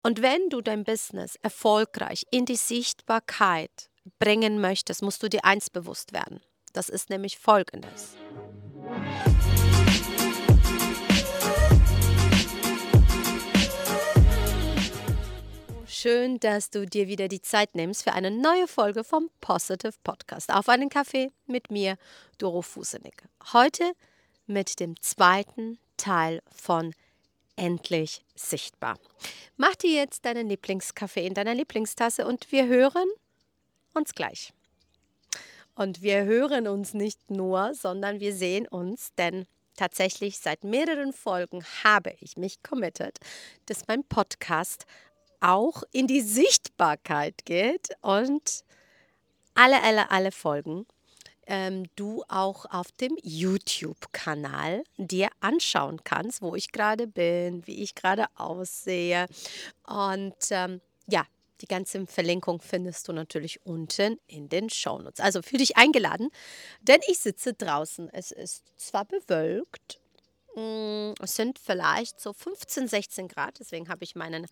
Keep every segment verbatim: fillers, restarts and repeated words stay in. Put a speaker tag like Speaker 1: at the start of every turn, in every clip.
Speaker 1: Und wenn du dein Business erfolgreich in die Sichtbarkeit bringen möchtest, musst du dir eins bewusst werden. Das ist nämlich Folgendes. Schön, dass du dir wieder die Zeit nimmst für eine neue Folge vom Positive Podcast. Auf einen Kaffee mit mir, Doro Fusenig. Heute mit dem zweiten Teil von Endlich sichtbar. Mach dir jetzt deinen Lieblingskaffee in deiner Lieblingstasse und wir hören uns gleich. Und wir hören uns nicht nur, sondern wir sehen uns, denn tatsächlich seit mehreren Folgen habe ich mich committed, dass mein Podcast auch in die Sichtbarkeit geht und alle, alle, alle Folgen ähm, du auch auf dem YouTube-Kanal dir anschauen kannst, wo ich gerade bin, wie ich gerade aussehe. Und ähm, ja, die ganze Verlinkung findest du natürlich unten in den Shownotes. Also fühl dich eingeladen, denn ich sitze draußen. Es ist zwar bewölkt, mm, es sind vielleicht so fünfzehn, sechzehn Grad, deswegen habe ich meinen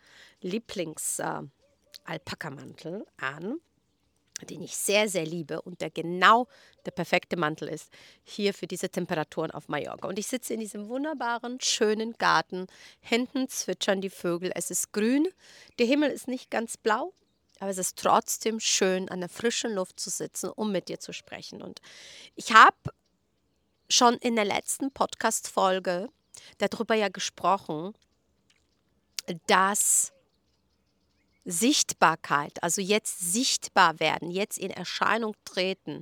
Speaker 1: Lieblings-Alpaka-Mantel an, den ich sehr, sehr liebe und der genau der perfekte Mantel ist hier für diese Temperaturen auf Mallorca. Und ich sitze in diesem wunderbaren, schönen Garten. Hinten zwitschern die Vögel. Es ist grün. Der Himmel ist nicht ganz blau, aber es ist trotzdem schön, an der frischen Luft zu sitzen, um mit dir zu sprechen. Und ich habe schon in der letzten Podcast-Folge darüber ja gesprochen, dass Sichtbarkeit, also jetzt sichtbar werden, jetzt in Erscheinung treten,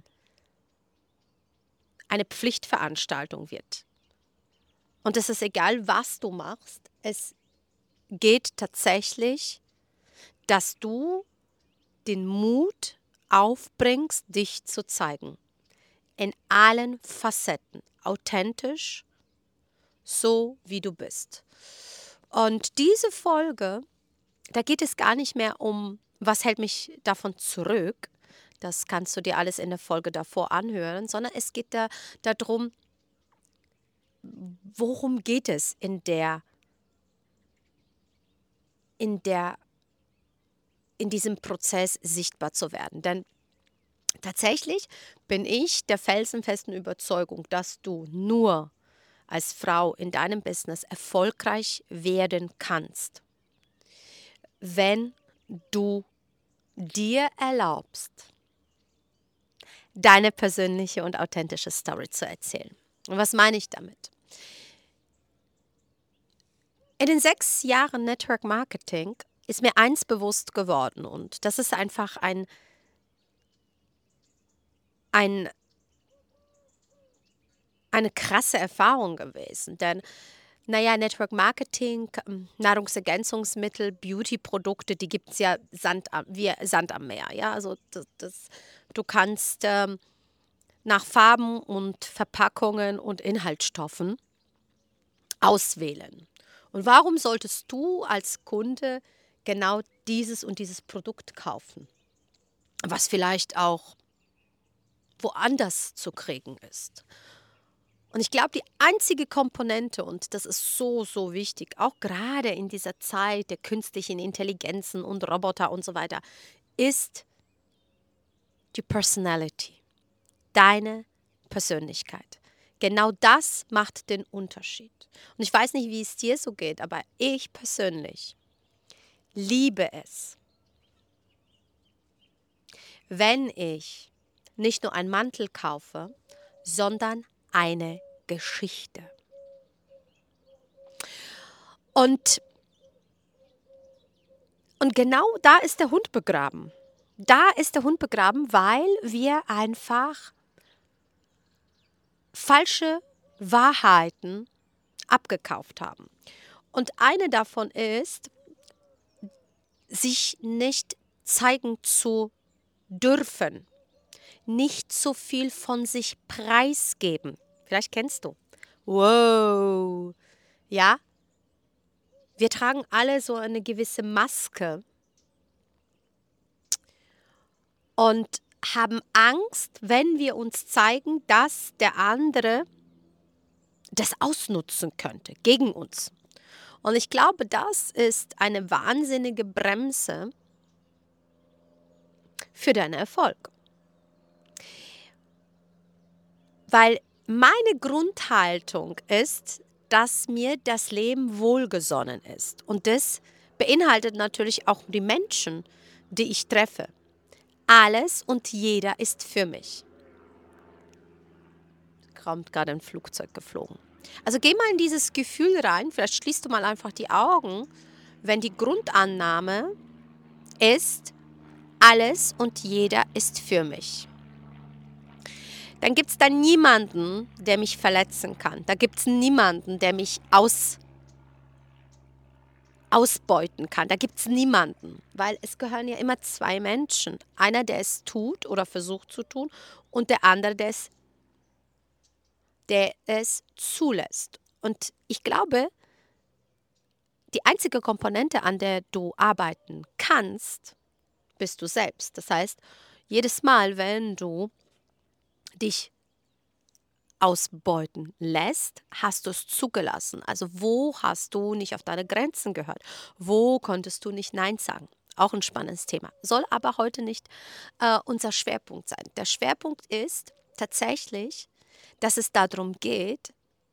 Speaker 1: eine Pflichtveranstaltung wird. Und es ist egal, was du machst, es geht tatsächlich, dass du den Mut aufbringst, dich zu zeigen. In allen Facetten, authentisch, so wie du bist. Und diese Folge, da geht es gar nicht mehr um, was hält mich davon zurück. Das kannst du dir alles in der Folge davor anhören, sondern es geht da darum, worum geht es in der, in der, in diesem Prozess sichtbar zu werden. Denn tatsächlich bin ich der felsenfesten Überzeugung, dass du nur als Frau in deinem Business erfolgreich werden kannst, wenn du dir erlaubst, deine persönliche und authentische Story zu erzählen. Und was meine ich damit? In den sechs Jahren Network Marketing ist mir eins bewusst geworden und das ist einfach ein, ein, eine krasse Erfahrung gewesen. Denn, naja, Network Marketing, ähm, Nahrungsergänzungsmittel, Beauty-Produkte, die gibt es ja Sand am, wie Sand am Meer. Ja? Also das, das, du kannst ähm, nach Farben und Verpackungen und Inhaltsstoffen auswählen. Und warum solltest du als Kunde genau dieses und dieses Produkt kaufen, was vielleicht auch woanders zu kriegen ist? Und ich glaube, die einzige Komponente, und das ist so, so wichtig, auch gerade in dieser Zeit der künstlichen Intelligenzen und Roboter und so weiter, ist die Personality, deine Persönlichkeit. Genau das macht den Unterschied. Und ich weiß nicht, wie es dir so geht, aber ich persönlich liebe es, wenn ich nicht nur einen Mantel kaufe, sondern eine Geschichte. Und, und genau da ist der Hund begraben. Da ist der Hund begraben, weil wir einfach falsche Wahrheiten abgekauft haben. Und eine davon ist, sich nicht zeigen zu dürfen, nicht so viel von sich preisgeben. Vielleicht kennst du. Wow. Ja, wir tragen alle so eine gewisse Maske und haben Angst, wenn wir uns zeigen, dass der andere das ausnutzen könnte gegen uns. Und ich glaube, das ist eine wahnsinnige Bremse für deinen Erfolg. Weil meine Grundhaltung ist, dass mir das Leben wohlgesonnen ist. Und das beinhaltet natürlich auch die Menschen, die ich treffe. Alles und jeder ist für mich. Kommt gerade ein Flugzeug geflogen. Also geh mal in dieses Gefühl rein, vielleicht schließt du mal einfach die Augen, wenn die Grundannahme ist, alles und jeder ist für mich. Dann gibt es da niemanden, der mich verletzen kann. Da gibt es niemanden, der mich aus, ausbeuten kann. Da gibt es niemanden, weil es gehören ja immer zwei Menschen. Einer, der es tut oder versucht zu tun und der andere, der es, der es zulässt. Und ich glaube, die einzige Komponente, an der du arbeiten kannst, bist du selbst. Das heißt, jedes Mal, wenn du dich ausbeuten lässt, hast du es zugelassen. Also wo hast du nicht auf deine Grenzen gehört? Wo konntest du nicht Nein sagen? Auch ein spannendes Thema. Soll aber heute nicht äh, unser Schwerpunkt sein. Der Schwerpunkt ist tatsächlich, dass es darum geht,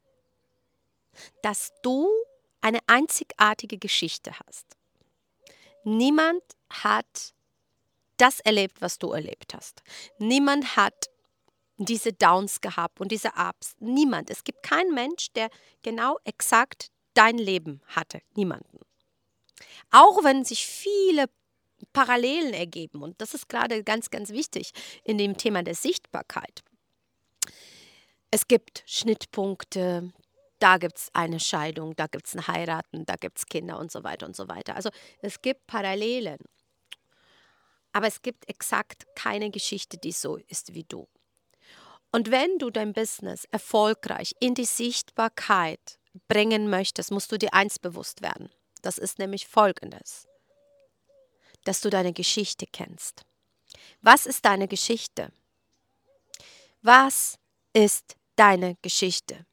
Speaker 1: dass du eine einzigartige Geschichte hast. Niemand hat das erlebt, was du erlebt hast. Niemand hat diese Downs gehabt und diese Ups. Niemand. Es gibt keinen Mensch, der genau exakt dein Leben hatte. Niemanden. Auch wenn sich viele Parallelen ergeben. Und das ist gerade ganz, ganz wichtig in dem Thema der Sichtbarkeit. Es gibt Schnittpunkte, da gibt es eine Scheidung, da gibt es ein Heiraten, da gibt es Kinder und so weiter und so weiter. Also es gibt Parallelen. Aber es gibt exakt keine Geschichte, die so ist wie du. Und wenn du dein Business erfolgreich in die Sichtbarkeit bringen möchtest, musst du dir eins bewusst werden. Das ist nämlich Folgendes, dass du deine Geschichte kennst. Was ist deine Geschichte? Was ist deine Geschichte?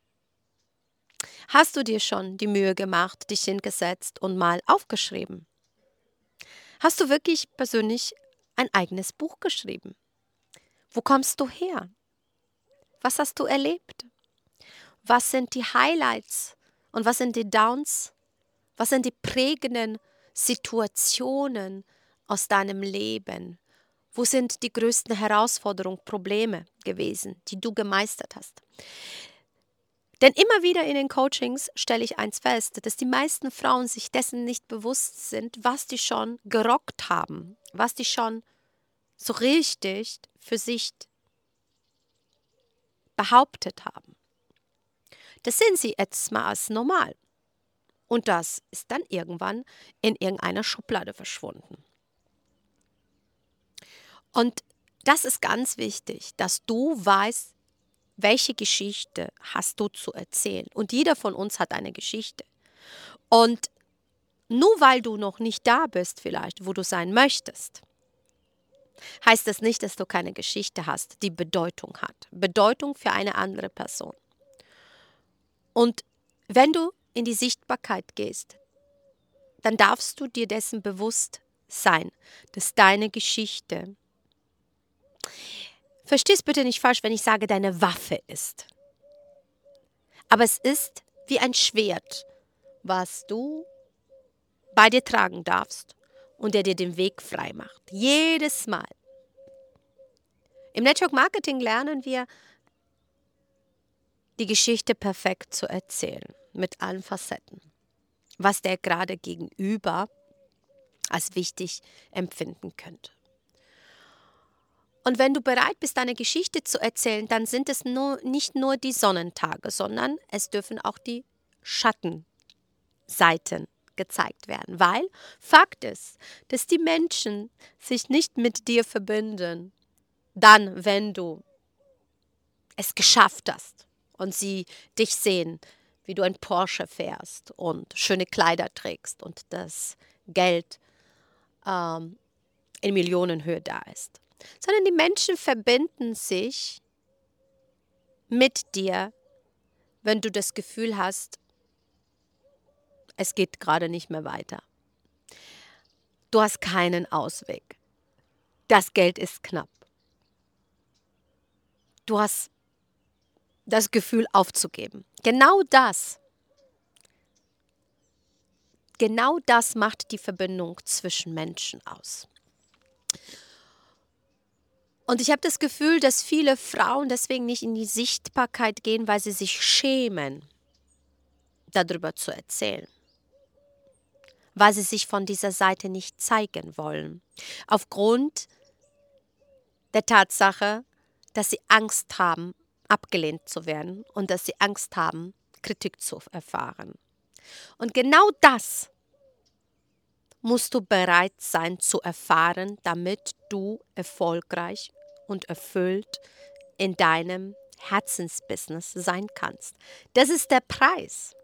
Speaker 1: Hast du dir schon die Mühe gemacht, dich hingesetzt und mal aufgeschrieben? Hast du wirklich persönlich ein eigenes Buch geschrieben? Wo kommst du her? Was hast du erlebt? Was sind die Highlights und was sind die Downs? Was sind die prägenden Situationen aus deinem Leben? Wo sind die größten Herausforderungen, Probleme gewesen, die du gemeistert hast? Denn immer wieder in den Coachings stelle ich eins fest, dass die meisten Frauen sich dessen nicht bewusst sind, was die schon gerockt haben, was die schon so richtig für sich behauptet haben. Das sehen sie jetzt mal als normal. Und das ist dann irgendwann in irgendeiner Schublade verschwunden. Und das ist ganz wichtig, dass du weißt, welche Geschichte hast du zu erzählen. Und jeder von uns hat eine Geschichte. Und nur weil du noch nicht da bist vielleicht, wo du sein möchtest, heißt das nicht, dass du keine Geschichte hast, die Bedeutung hat. Bedeutung für eine andere Person. Und wenn du in die Sichtbarkeit gehst, dann darfst du dir dessen bewusst sein, dass deine Geschichte, versteh's bitte nicht falsch, wenn ich sage, deine Waffe ist. Aber es ist wie ein Schwert, was du bei dir tragen darfst und der dir den Weg frei macht. Jedes Mal. Im Network Marketing lernen wir, die Geschichte perfekt zu erzählen, mit allen Facetten. Was der gerade gegenüber als wichtig empfinden könnte. Und wenn du bereit bist, deine Geschichte zu erzählen, dann sind es nur, nicht nur die Sonnentage, sondern es dürfen auch die Schattenseiten gezeigt werden. Weil Fakt ist, dass die Menschen sich nicht mit dir verbinden, dann, wenn du es geschafft hast und sie dich sehen, wie du ein Porsche fährst und schöne Kleider trägst und das Geld ähm, in Millionenhöhe da ist. Sondern die Menschen verbinden sich mit dir, wenn du das Gefühl hast, Es geht gerade nicht mehr weiter. Du hast keinen Ausweg. Das Geld ist knapp. Du hast das Gefühl aufzugeben. Genau das, genau das macht die Verbindung zwischen Menschen aus. Und ich habe das Gefühl, dass viele Frauen deswegen nicht in die Sichtbarkeit gehen, weil sie sich schämen, darüber zu erzählen. Weil sie sich von dieser Seite nicht zeigen wollen. Aufgrund der Tatsache, dass sie Angst haben, abgelehnt zu werden und dass sie Angst haben, Kritik zu erfahren. Und genau das musst du bereit sein zu erfahren, damit du erfolgreich und erfüllt in deinem Herzensbusiness sein kannst. Das ist der Preis.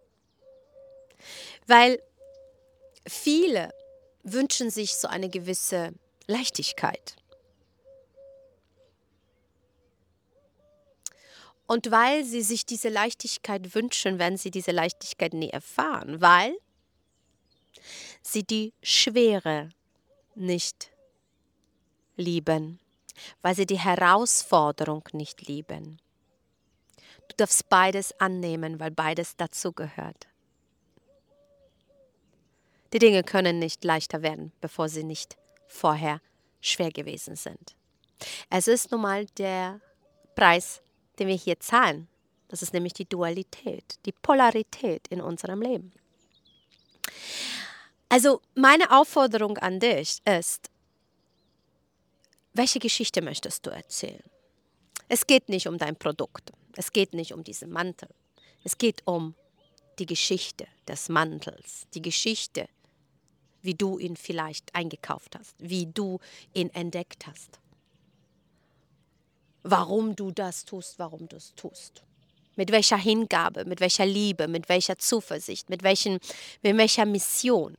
Speaker 1: Weil viele wünschen sich so eine gewisse Leichtigkeit. Und weil sie sich diese Leichtigkeit wünschen, werden sie diese Leichtigkeit nie erfahren, weil sie die Schwere nicht lieben, weil sie die Herausforderung nicht lieben. Du darfst beides annehmen, weil beides dazugehört. Die Dinge können nicht leichter werden, bevor sie nicht vorher schwer gewesen sind. Es ist nun mal der Preis, den wir hier zahlen. Das ist nämlich die Dualität, die Polarität in unserem Leben. Also meine Aufforderung an dich ist, welche Geschichte möchtest du erzählen? Es geht nicht um dein Produkt, es geht nicht um diesen Mantel, es geht um die Geschichte des Mantels, die Geschichte, wie du ihn vielleicht eingekauft hast, wie du ihn entdeckt hast, warum du das tust, warum du es tust. Mit welcher Hingabe, mit welcher Liebe, mit welcher Zuversicht, mit, welchen, mit welcher Mission.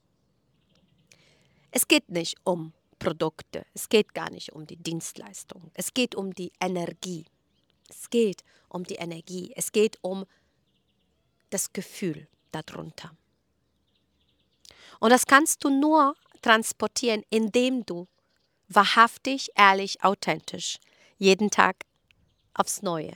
Speaker 1: Es geht nicht um Produkte, es geht gar nicht um die Dienstleistung, es geht um die Energie. Es geht um die Energie, es geht um das Gefühl darunter. Und das kannst du nur transportieren, indem du wahrhaftig, ehrlich, authentisch jeden Tag aufs Neue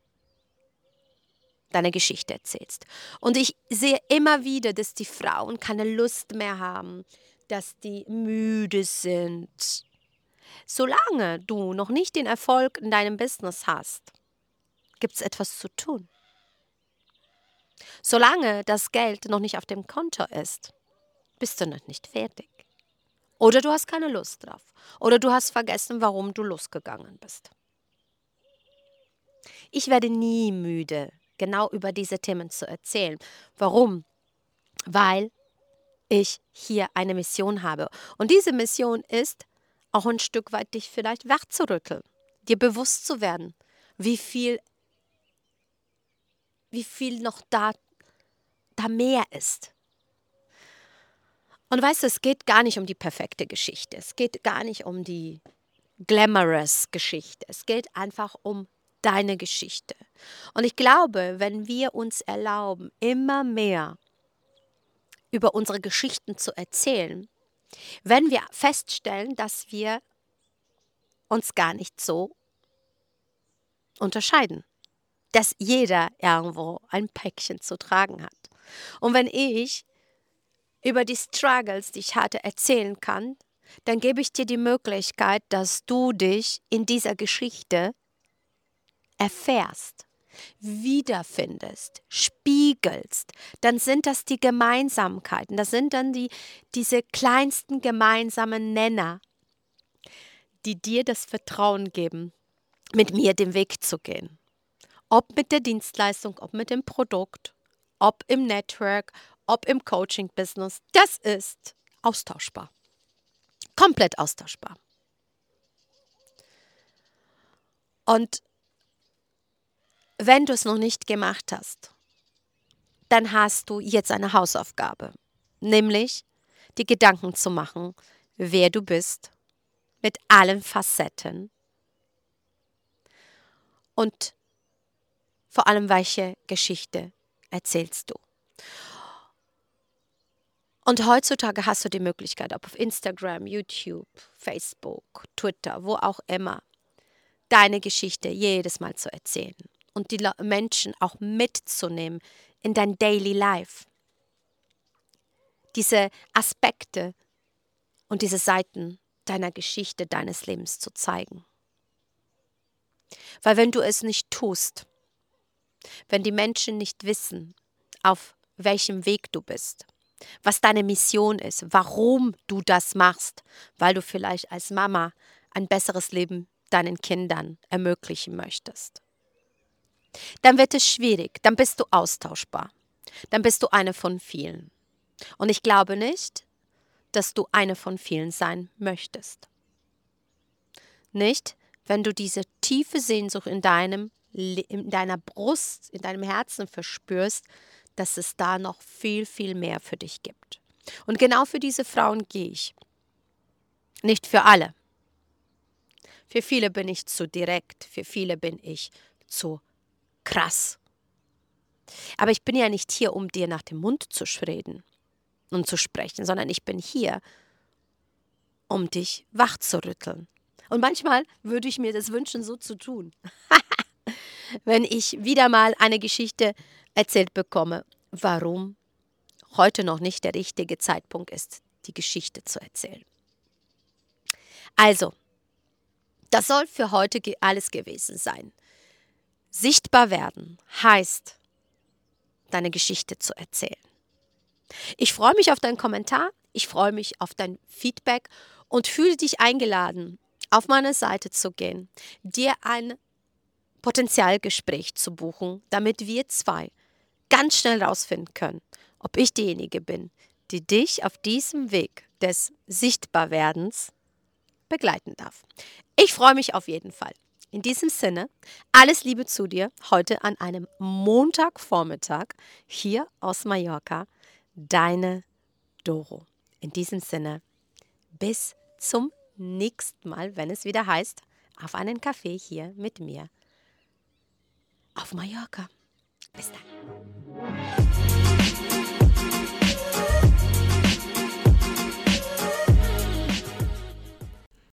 Speaker 1: deine Geschichte erzählst. Und ich sehe immer wieder, dass die Frauen keine Lust mehr haben, dass die müde sind. Solange du noch nicht den Erfolg in deinem Business hast, gibt es etwas zu tun. Solange das Geld noch nicht auf dem Konto ist, bist du noch nicht fertig. Oder du hast keine Lust drauf. Oder du hast vergessen, warum du losgegangen bist. Ich werde nie müde, genau über diese Themen zu erzählen. Warum? Weil ich hier eine Mission habe. Und diese Mission ist, auch ein Stück weit dich vielleicht wachzurütteln, dir bewusst zu werden, wie viel, wie viel noch da, da mehr ist. Und weißt du, es geht gar nicht um die perfekte Geschichte. Es geht gar nicht um die glamorous Geschichte. Es geht einfach um deine Geschichte. Und ich glaube, wenn wir uns erlauben, immer mehr über unsere Geschichten zu erzählen, wenn wir feststellen, dass wir uns gar nicht so unterscheiden, dass jeder irgendwo ein Päckchen zu tragen hat. Und wenn ich über die Struggles, die ich hatte, erzählen kann, dann gebe ich dir die Möglichkeit, dass du dich in dieser Geschichte erfährst, wiederfindest, spiegelst. Dann sind das die Gemeinsamkeiten, das sind dann die, diese kleinsten gemeinsamen Nenner, die dir das Vertrauen geben, mit mir den Weg zu gehen. Ob mit der Dienstleistung, ob mit dem Produkt, ob im Network, ob im Coaching-Business, das ist austauschbar. Komplett austauschbar. Und wenn du es noch nicht gemacht hast, dann hast du jetzt eine Hausaufgabe, nämlich die Gedanken zu machen, wer du bist, mit allen Facetten und vor allem, welche Geschichte erzählst du. Und heutzutage hast du die Möglichkeit, ob auf Instagram, YouTube, Facebook, Twitter, wo auch immer, deine Geschichte jedes Mal zu erzählen und die Le- Menschen auch mitzunehmen in dein Daily Life. Diese Aspekte und diese Seiten deiner Geschichte, deines Lebens zu zeigen. Weil wenn du es nicht tust, wenn die Menschen nicht wissen, auf welchem Weg du bist, was deine Mission ist, warum du das machst, weil du vielleicht als Mama ein besseres Leben deinen Kindern ermöglichen möchtest, dann wird es schwierig, dann bist du austauschbar, dann bist du eine von vielen. Und ich glaube nicht, dass du eine von vielen sein möchtest. Nicht, wenn du diese tiefe Sehnsucht in deinem in deiner Brust, in deinem Herzen verspürst, dass es da noch viel, viel mehr für dich gibt. Und genau für diese Frauen gehe ich. Nicht für alle. Für viele bin ich zu direkt, für viele bin ich zu krass. Aber ich bin ja nicht hier, um dir nach dem Mund zu reden und zu sprechen, sondern ich bin hier, um dich wach zu rütteln. Und manchmal würde ich mir das wünschen, so zu tun. Wenn ich wieder mal eine Geschichte erzählt bekomme, warum heute noch nicht der richtige Zeitpunkt ist, die Geschichte zu erzählen. Also, das soll für heute ge- alles gewesen sein. Sichtbar werden heißt, deine Geschichte zu erzählen. Ich freue mich auf deinen Kommentar, ich freue mich auf dein Feedback und fühle dich eingeladen, auf meine Seite zu gehen, dir ein Potenzialgespräch zu buchen, damit wir zwei ganz schnell rausfinden können, ob ich diejenige bin, die dich auf diesem Weg des Sichtbarwerdens begleiten darf. Ich freue mich auf jeden Fall. In diesem Sinne, alles Liebe zu dir heute an einem Montagvormittag hier aus Mallorca. Deine Doro. In diesem Sinne, bis zum nächsten Mal, wenn es wieder heißt, auf einen Kaffee hier mit mir auf Mallorca. Bis dann.